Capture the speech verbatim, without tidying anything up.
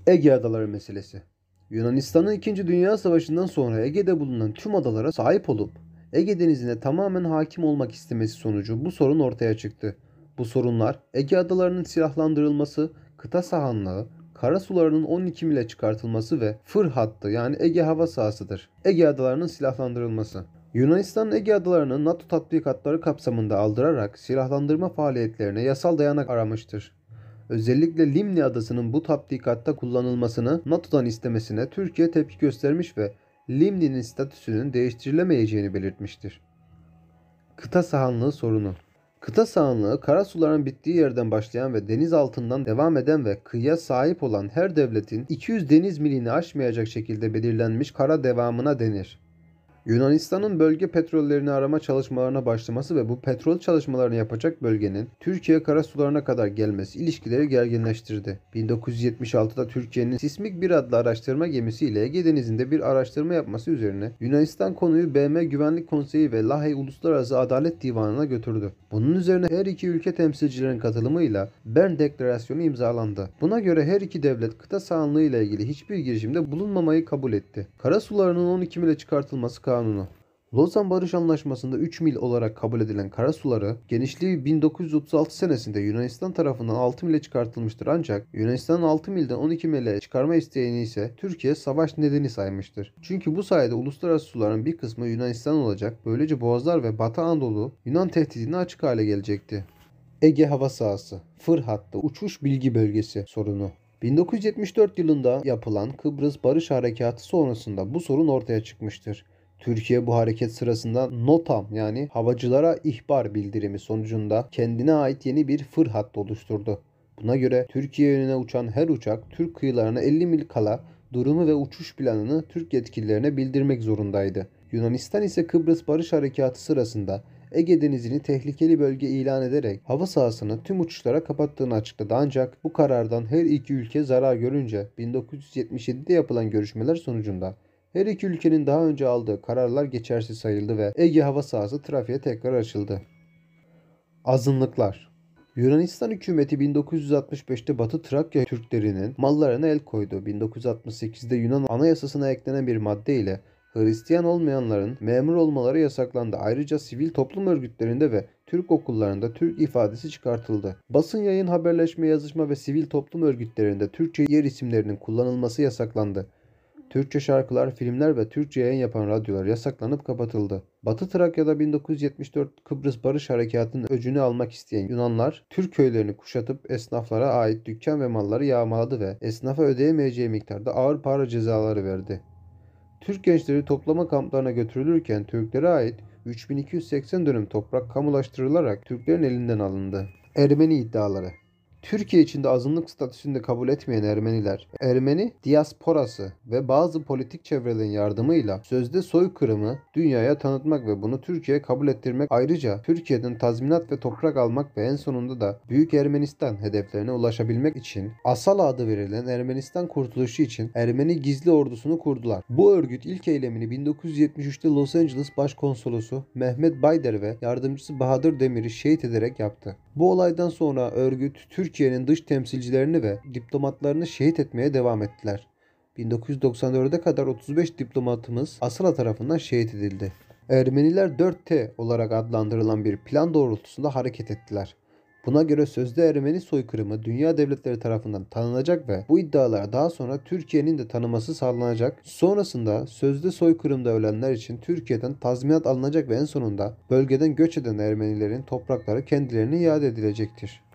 Ege Adaları meselesi. Yunanistan'ın İkinci Dünya Savaşı'ndan sonra Ege'de bulunan tüm adalara sahip olup Ege Denizi'ne tamamen hakim olmak istemesi sonucu bu sorun ortaya çıktı. Bu sorunlar Ege Adaları'nın silahlandırılması, kıta sahanlığı, kara sularının on iki mile çıkartılması ve fır hattı yani Ege hava sahasıdır. Ege Adaları'nın silahlandırılması. Yunanistan Ege Adaları'nı NATO tatbikatları kapsamında aldırarak silahlandırma faaliyetlerine yasal dayanak aramıştır. Özellikle Limni Adası'nın bu tatbikatta kullanılmasını NATO'dan istemesine Türkiye tepki göstermiş ve Limni'nin statüsünün değiştirilemeyeceğini belirtmiştir. Kıta sahanlığı sorunu. Kıta sahanlığı, karasuların bittiği yerden başlayan ve deniz altından devam eden ve kıyıya sahip olan her devletin iki yüz deniz milini aşmayacak şekilde belirlenmiş kara devamına denir. Yunanistan'ın bölge petrollerini arama çalışmalarına başlaması ve bu petrol çalışmalarını yapacak bölgenin Türkiye karasularına kadar gelmesi ilişkileri gerginleştirdi. bin dokuz yüz yetmiş altıda Türkiye'nin Sismik bir adlı araştırma gemisiyle Ege Denizi'nde bir araştırma yapması üzerine Yunanistan konuyu B M Güvenlik Konseyi ve Lahey Uluslararası Adalet Divanı'na götürdü. Bunun üzerine her iki ülke temsilcilerin katılımıyla Bern Deklarasyonu imzalandı. Buna göre her iki devlet kıta sahanlığı ile ilgili hiçbir girişimde bulunmamayı kabul etti. Karasularının on iki mile çıkartılması kanunu. Lozan Barış Anlaşması'nda üç mil olarak kabul edilen karasuları genişliği bin dokuz yüz otuz altı senesinde Yunanistan tarafından altı mile çıkartılmıştır ancak Yunanistan'ın altı milden on iki mile çıkarma isteğini ise Türkiye savaş nedeni saymıştır. Çünkü bu sayede uluslararası suların bir kısmı Yunanistan olacak, böylece Boğazlar ve Batı Anadolu Yunan tehdidine açık hale gelecekti. Ege hava sahası, fır hattı, uçuş bilgi bölgesi sorunu. bin dokuz yüz yetmiş dört yılında yapılan Kıbrıs Barış Harekatı sonrasında bu sorun ortaya çıkmıştır. Türkiye bu hareket sırasında NOTAM yani havacılara ihbar bildirimi sonucunda kendine ait yeni bir fır hattı oluşturdu. Buna göre Türkiye yönüne uçan her uçak Türk kıyılarına elli mil kala durumu ve uçuş planını Türk yetkililerine bildirmek zorundaydı. Yunanistan ise Kıbrıs Barış Harekatı sırasında Ege Denizi'ni tehlikeli bölge ilan ederek hava sahasını tüm uçuşlara kapattığını açıkladı ancak bu karardan her iki ülke zarar görünce bin dokuz yüz yetmiş yedide yapılan görüşmeler sonucunda her iki ülkenin daha önce aldığı kararlar geçersiz sayıldı ve Ege hava sahası trafiğe tekrar açıldı. Azınlıklar. Yunanistan hükümeti bin dokuz yüz altmış beşte Batı Trakya Türklerinin mallarına el koydu. bin dokuz yüz altmış sekizde Yunan Anayasasına eklenen bir madde ile Hristiyan olmayanların memur olmaları yasaklandı. Ayrıca sivil toplum örgütlerinde ve Türk okullarında Türk ifadesi çıkartıldı. Basın, yayın, haberleşme, yazışma ve sivil toplum örgütlerinde Türkçe yer isimlerinin kullanılması yasaklandı. Türkçe şarkılar, filmler ve Türkçe yayın yapan radyolar yasaklanıp kapatıldı. Batı Trakya'da bin dokuz yüz yetmiş dört Kıbrıs Barış Harekatı'nın öcünü almak isteyen Yunanlar Türk köylerini kuşatıp esnaflara ait dükkan ve malları yağmaladı ve esnafa ödeyemeyeceği miktarda ağır para cezaları verdi. Türk gençleri toplama kamplarına götürülürken Türklere ait üç bin iki yüz seksen dönüm toprak kamulaştırılarak Türklerin elinden alındı. Ermeni iddiaları. Türkiye içinde azınlık statüsünde kabul etmeyen Ermeniler, Ermeni diasporası ve bazı politik çevrelerin yardımıyla sözde soykırımı dünyaya tanıtmak ve bunu Türkiye'ye kabul ettirmek, ayrıca Türkiye'den tazminat ve toprak almak ve en sonunda da Büyük Ermenistan hedeflerine ulaşabilmek için Asala adı verilen Ermenistan kurtuluşu için Ermeni gizli ordusunu kurdular. Bu örgüt ilk eylemini bin dokuz yüz yetmiş üçte Los Angeles Başkonsolosu Mehmet Bayder ve yardımcısı Bahadır Demir'i şehit ederek yaptı. Bu olaydan sonra örgüt Türkiye'nin dış temsilcilerini ve diplomatlarını şehit etmeye devam ettiler. bin dokuz yüz doksan dörde kadar otuz beş diplomatımız Asala tarafından şehit edildi. Ermeniler dört T olarak adlandırılan bir plan doğrultusunda hareket ettiler. Buna göre sözde Ermeni soykırımı dünya devletleri tarafından tanınacak ve bu iddialar daha sonra Türkiye'nin de tanıması sağlanacak. Sonrasında sözde soykırımda ölenler için Türkiye'den tazminat alınacak ve en sonunda bölgeden göç eden Ermenilerin toprakları kendilerine iade edilecektir.